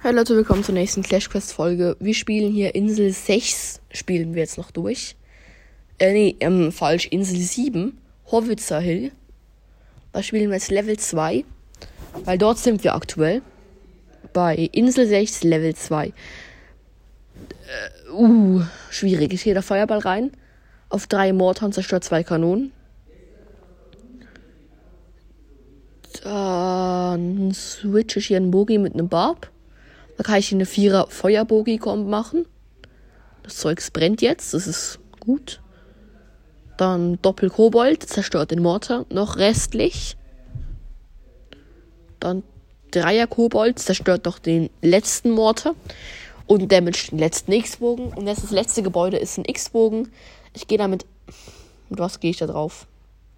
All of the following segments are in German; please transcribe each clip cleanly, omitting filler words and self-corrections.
Hi Leute, willkommen zur nächsten Clash Quest Folge. Wir spielen hier Insel 6, spielen wir jetzt noch durch. Falsch, Insel 7, Howitzer Hill. Da spielen wir jetzt Level 2, weil dort sind wir aktuell. Bei Insel 6, Level 2. Schwierig. Ich gehe da Feuerball rein. Auf 3 Mortar, zerstört 2 Kanonen. Dann switche ich hier einen Bogi mit einem Barb. Da kann ich hier eine 4er Feuerbogi-Komb machen. Das Zeugs brennt jetzt, das ist gut. Dann Doppel-Kobold, zerstört den Mortar, noch restlich. Dann 3er Kobold, zerstört noch den letzten Mortar. Und damage den letzten X-Bogen. Und das letzte Gebäude ist ein X-Bogen. Ich gehe damit... Mit was gehe ich da drauf?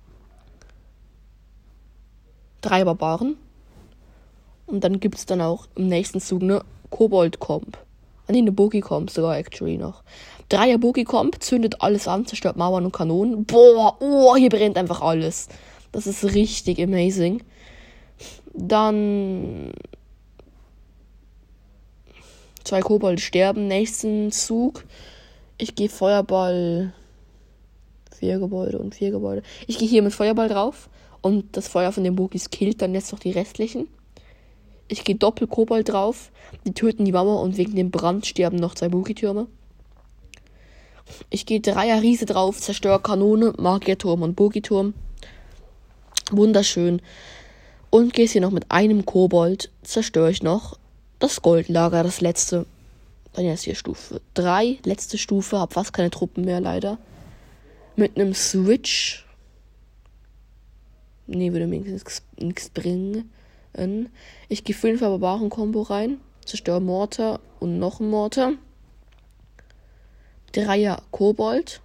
3 Barbaren. Und dann gibt es dann auch im nächsten Zug eine Kobold-Komp. Eine Bogi-Komp sogar actually noch. 3er Bogi-Komp, zündet alles an, zerstört Mauern und Kanonen. Boah, hier brennt einfach alles. Das ist richtig amazing. Dann 2 Kobold sterben, nächsten Zug. Ich gehe Feuerball. 4 Gebäude und 4 Gebäude. Ich gehe hier mit Feuerball drauf. Und das Feuer von den Bogis killt dann jetzt noch die restlichen. Ich gehe Doppel-Kobold drauf. Die töten die Mauer und wegen dem Brand sterben noch 2 Bogitürme. Ich gehe 3er Riese drauf, zerstöre Kanone, Magierturm und Bogiturm. Wunderschön. Und gehe hier noch mit einem Kobold, zerstöre ich noch das Goldlager, das letzte. Dann jetzt hier Stufe 3, letzte Stufe, habe fast keine Truppen mehr leider. Mit einem Switch. Würde mir nichts bringen. Ich gehe 5er Barbaren-Kombo rein. Zerstöre Mortar und noch ein Mortar. 3er Kobold.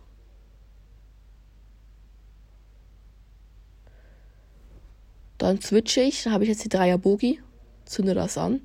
Dann switche ich. Dann habe ich jetzt die 3er Bogi. Zünde das an.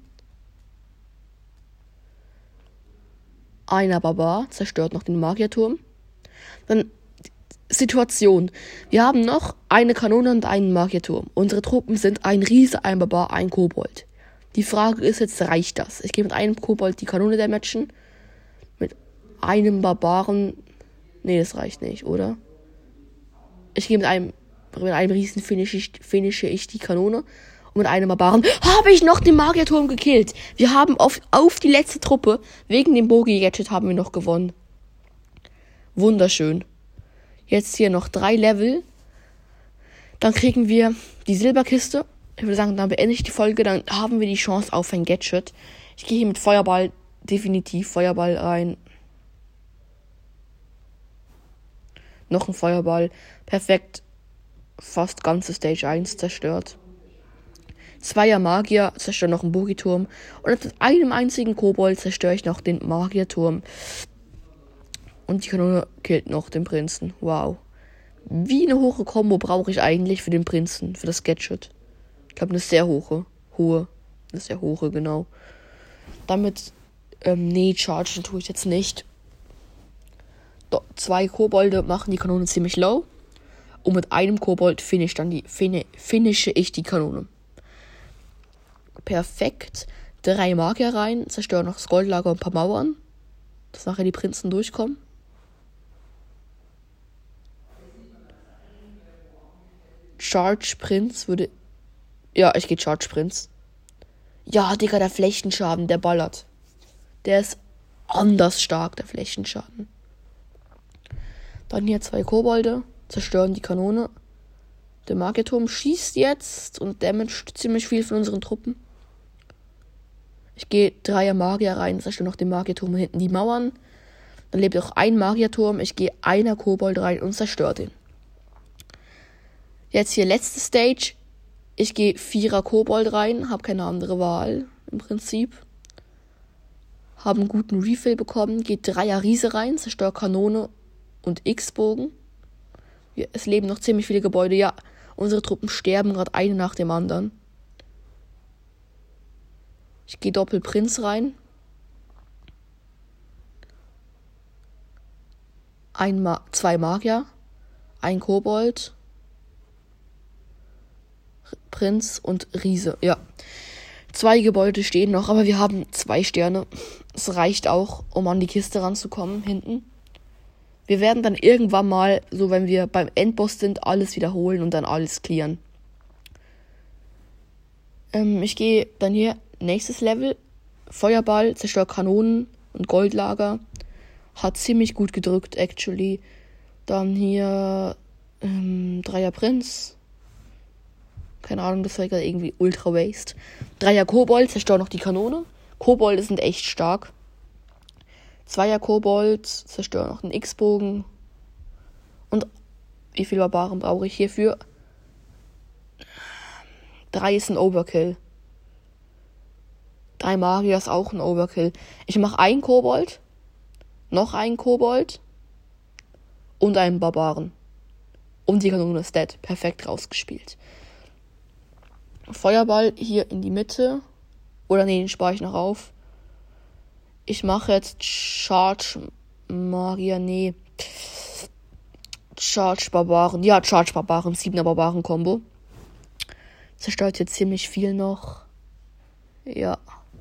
1er Barbar. Zerstört noch den Magierturm. Dann Situation. Wir haben noch eine Kanone und einen Magierturm. Unsere Truppen sind ein Riese, ein Barbar, ein Kobold. Die Frage ist jetzt, reicht das? Ich gehe mit einem Kobold die Kanone damagen. Mit einem Barbaren... Nee, das reicht nicht, oder? Ich gehe mit einem Riesen finische ich die Kanone. Und mit einem Barbaren habe ich noch den Magierturm gekillt. Wir haben auf die letzte Truppe, wegen dem Bogi-Gadget haben wir noch gewonnen. Wunderschön. Jetzt hier noch 3 Level. Dann kriegen wir die Silberkiste. Ich würde sagen, dann beende ich die Folge. Dann haben wir die Chance auf ein Gadget. Ich gehe hier mit Feuerball. Definitiv Feuerball rein. Noch ein Feuerball. Perfekt. Fast ganze Stage 1 zerstört. 2er Magier. Zerstört noch einen Bogiturm. Und mit einem einzigen Kobold zerstöre ich noch den Magierturm. Und die Kanone killt noch den Prinzen. Wow. Wie eine hohe Kombo brauche ich eigentlich für den Prinzen, für das Gadget? Ich glaube, eine sehr hohe. Eine sehr hohe, genau. Damit, chargen tue ich jetzt nicht. 2 Kobolde machen die Kanone ziemlich low. Und mit einem Kobold finische ich die Kanone. Perfekt. 3 Magier rein, zerstören noch das Goldlager und ein paar Mauern. Dass nachher die Prinzen durchkommen. Charge Prinz würde... Ja, ich gehe Charge Prinz. Ja, Digga, der Flechtenschaden, der ballert. Der ist anders stark, der Flechtenschaden. Dann hier 2 Kobolde. Zerstören die Kanone. Der Magierturm schießt jetzt und damaged ziemlich viel von unseren Truppen. Ich gehe 3er Magier rein, zerstöre noch den Magierturm und hinten die Mauern. Dann lebt auch ein Magierturm. Ich gehe 1er Kobold rein und zerstöre den. Jetzt hier letzte Stage. Ich gehe 4er Kobold rein. Habe keine andere Wahl im Prinzip. Habe einen guten Refill bekommen. Gehe 3er Riese rein. Zerstöre Kanone und X-Bogen. Es leben noch ziemlich viele Gebäude. Ja, unsere Truppen sterben gerade eine nach dem anderen. Ich gehe Doppel-Prinz rein. 2 Magier. 1 Kobold. Prinz und Riese. Ja. 2 Gebäude stehen noch, aber wir haben 2 Sterne. Es reicht auch, um an die Kiste ranzukommen, hinten. Wir werden dann irgendwann mal, so wenn wir beim Endboss sind, alles wiederholen und dann alles clearen. Ich gehe dann hier, nächstes Level. Feuerball, zerstört Kanonen und Goldlager. Hat ziemlich gut gedrückt, actually. Dann hier Dreier Prinz. Keine Ahnung, das war gerade irgendwie Ultra Waste. 3er Kobold, zerstört noch die Kanone. Kobolde sind echt stark. 2er Kobold, zerstört noch den X-Bogen. Und wie viele Barbaren brauche ich hierfür? 3 ist ein Overkill. 3 Magier ist auch ein Overkill. Ich mache einen Kobold, noch einen Kobold und einen Barbaren. Und die Kanone ist dead. Perfekt rausgespielt. Feuerball hier in die Mitte. Oder nee, den spare ich noch auf. Ich mache jetzt Charge Magier, nee. Charge Barbaren. Ja, Charge Barbaren. 7er Barbaren Combo. Zerstört hier ziemlich viel noch. Ja.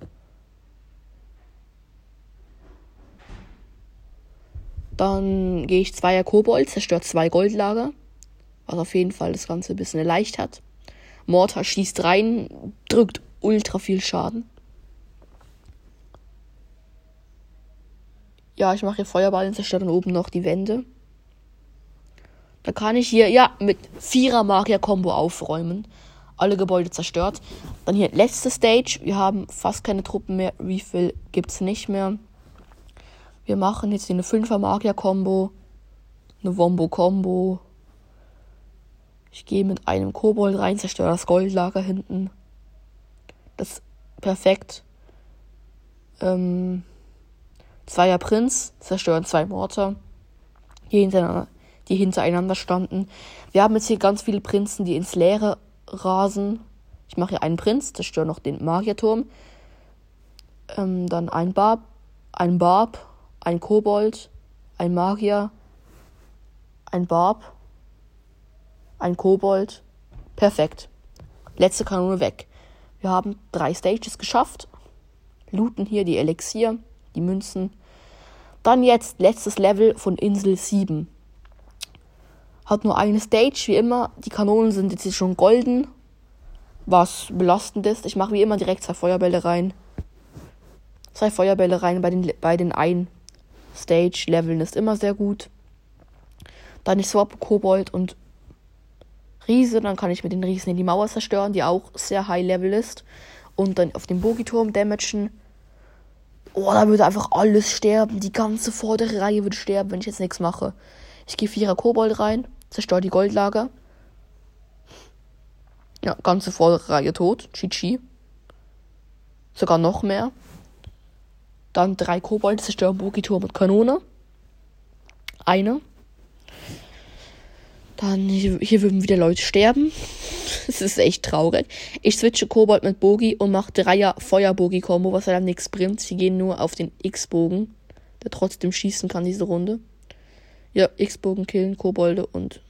Dann gehe ich 2er Kobold, zerstört 2 Goldlager. Was auf jeden Fall das Ganze ein bisschen erleichtert. Mortar schießt rein, drückt ultra viel Schaden. Ja, ich mache hier Feuerball und zerstört dann oben noch die Wände. Da kann ich hier, ja, mit 4er Magier-Kombo aufräumen. Alle Gebäude zerstört. Dann hier letzte Stage. Wir haben fast keine Truppen mehr. Refill gibt's nicht mehr. Wir machen jetzt hier eine 5er Magier-Kombo. Eine Wombo-Kombo. Ich gehe mit einem Kobold rein, zerstöre das Goldlager hinten. Das ist perfekt. 2er Prinz, zerstören 2 Mortar, die hintereinander standen. Wir haben jetzt hier ganz viele Prinzen, die ins Leere rasen. Ich mache hier einen Prinz, zerstöre noch den Magierturm. Dann ein Barb, ein Kobold, ein Magier, ein Barb, ein Kobold. Perfekt. Letzte Kanone weg. Wir haben 3 Stages geschafft. Looten hier die Elixier, die Münzen. Dann jetzt letztes Level von Insel 7. Hat nur eine Stage, wie immer. Die Kanonen sind jetzt hier schon golden. Was belastend ist. Ich mache wie immer direkt 2 Feuerbälle rein. 2 Feuerbälle rein bei den ein Stage-Leveln ist immer sehr gut. Dann ich swap Kobold und Riese. Dann kann ich mit den Riesen in die Mauer zerstören, die auch sehr high-level ist. Und dann auf den Bogiturm damagen. Oh, da würde einfach alles sterben. Die ganze vordere Reihe würde sterben, wenn ich jetzt nichts mache. Ich gehe 4er Kobold rein, zerstöre die Goldlager. Ja, ganze vordere Reihe tot. GG. Sogar noch mehr. Dann 3 Kobold, zerstören Bogiturm und Kanone. Eine. Dann hier würden wieder Leute sterben. Das ist echt traurig. Ich switche Kobold mit Bogi und mache 3er Feuer-Bogi-Kombo, was dann nichts bringt. Sie gehen nur auf den X-Bogen, der trotzdem schießen kann diese Runde. Ja, X-Bogen killen, Kobolde und...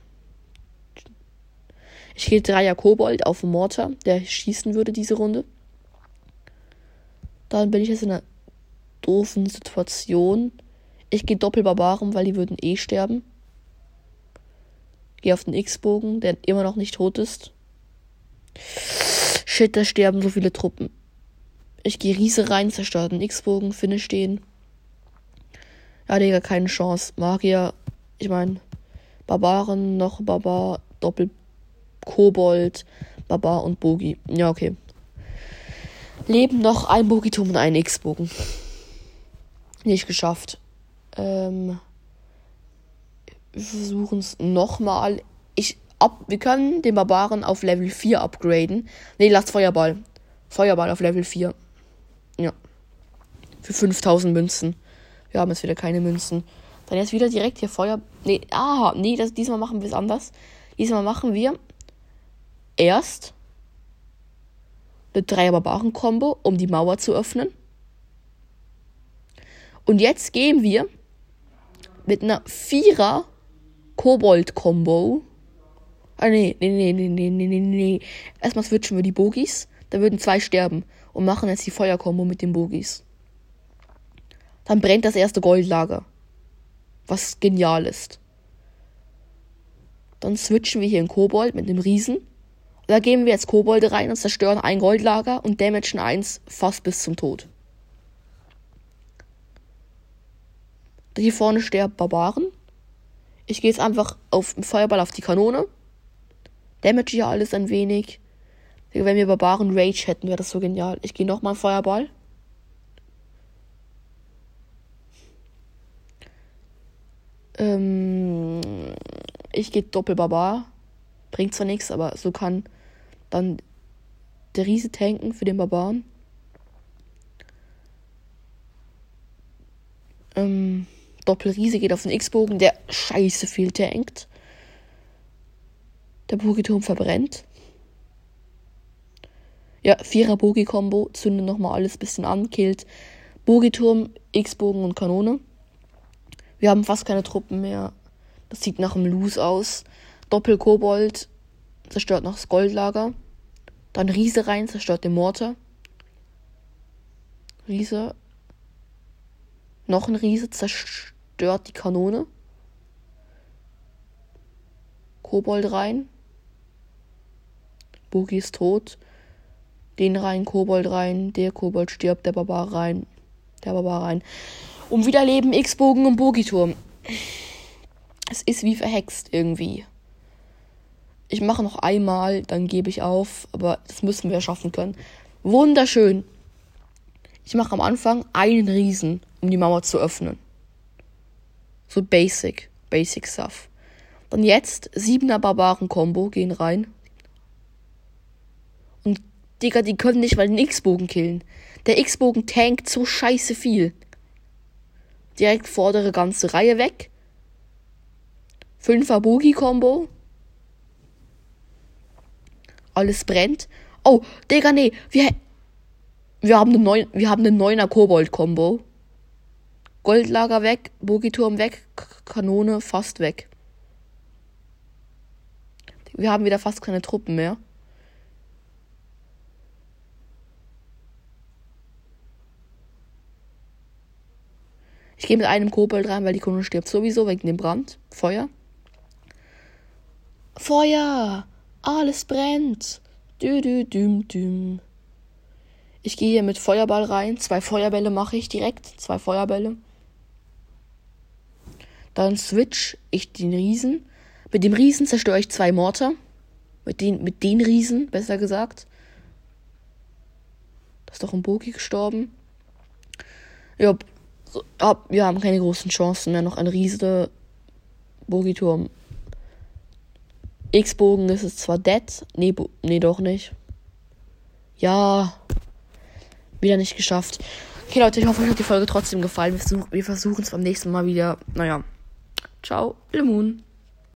Ich gehe 3er Kobold auf den Mortar, der schießen würde diese Runde. Dann bin ich jetzt in einer doofen Situation. Ich gehe Doppelbarbaren, weil die würden eh sterben. Gehe auf den X-Bogen, der immer noch nicht tot ist. Shit, da sterben so viele Truppen. Ich gehe Riese rein, zerstöre den X-Bogen, Finish stehen. Ja, Digga, keine Chance. Magier, ich meine, Barbaren, noch Barbar, Doppel Kobold, Barbar und Bogi. Ja, okay. Leben noch ein Bogiturm und ein X-Bogen. Nicht geschafft. Wir versuchen es nochmal. Wir können den Barbaren auf Level 4 upgraden. Ne, lasst Feuerball. Feuerball auf Level 4. Ja. Für 5000 Münzen. Wir haben jetzt wieder keine Münzen. Dann jetzt wieder direkt hier Feuer... diesmal machen wir es anders. Diesmal machen wir erst eine 3er Barbaren-Kombo, um die Mauer zu öffnen. Und jetzt gehen wir mit einer 4er Kobold-Kombo. Nee. Erstmal switchen wir die Bogis. Da würden 2 sterben. und machen jetzt die Feuerkombo mit den Bogies. Dann brennt das erste Goldlager, was genial ist. Dann switchen wir hier in Kobold mit dem Riesen. Da geben wir jetzt Kobolde rein und zerstören ein Goldlager und damagen eins fast bis zum Tod. Hier vorne sterben Barbaren. Ich gehe jetzt einfach auf den Feuerball auf die Kanone. Damage hier alles ein wenig. Wenn wir Barbaren Rage hätten, wäre das so genial. Ich gehe nochmal Feuerball. Ich gehe Doppelbarbar. Bringt zwar nichts, aber so kann dann der Riese tanken für den Barbaren. Doppelriese geht auf den X-Bogen, der scheiße viel tankt. Der Bogiturm verbrennt. Ja, 4er Bogi-Kombo, zündet nochmal alles ein bisschen an, killt Bogiturm, X-Bogen und Kanone. Wir haben fast keine Truppen mehr. Das sieht nach einem Lose aus. Doppel-Kobold zerstört noch das Goldlager. Dann Riese rein, zerstört den Mortar. Riese. Noch ein Riese zerstört die Kanone. Kobold rein. Bogi ist tot. Den rein, Kobold rein. Der Kobold stirbt, der Barbar rein. Der Barbar rein. Und wieder leben X-Bogen und Bogiturm. Es ist wie verhext irgendwie. Ich mache noch einmal, dann gebe ich auf. Aber das müssen wir schaffen können. Wunderschön. Ich mache am Anfang einen Riesen, um die Mauer zu öffnen. So basic stuff. Und jetzt 7er Barbaren-Kombo gehen rein. Und Digga, die können nicht mal den X-Bogen killen. Der X-Bogen tankt so scheiße viel. Direkt vordere ganze Reihe weg. 5er Bogi-Kombo. Alles brennt. Oh, Digga, nee. Wir haben eine 9er Kobold-Kombo. Goldlager weg, Bogiturm weg, Kanone fast weg. Wir haben wieder fast keine Truppen mehr. Ich gehe mit einem Kobold rein, weil die Kanone stirbt sowieso wegen dem Brand. Feuer. Feuer! Alles brennt! Düm. Ich gehe hier mit Feuerball rein. 2 Feuerbälle mache ich direkt. 2 Feuerbälle. Dann switch ich den Riesen. Mit dem Riesen zerstöre ich 2 Mortar. Mit den Riesen, besser gesagt. Da ist doch ein Bogi gestorben. Ja, wir haben keine großen Chancen mehr. Noch ein Riese. Bogiturm. X-Bogen ist es zwar dead. Nee, doch nicht. Ja. Wieder nicht geschafft. Okay, Leute, ich hoffe, euch hat die Folge trotzdem gefallen. Wir versuchen es beim nächsten Mal wieder. Naja. Ciao, Lemon.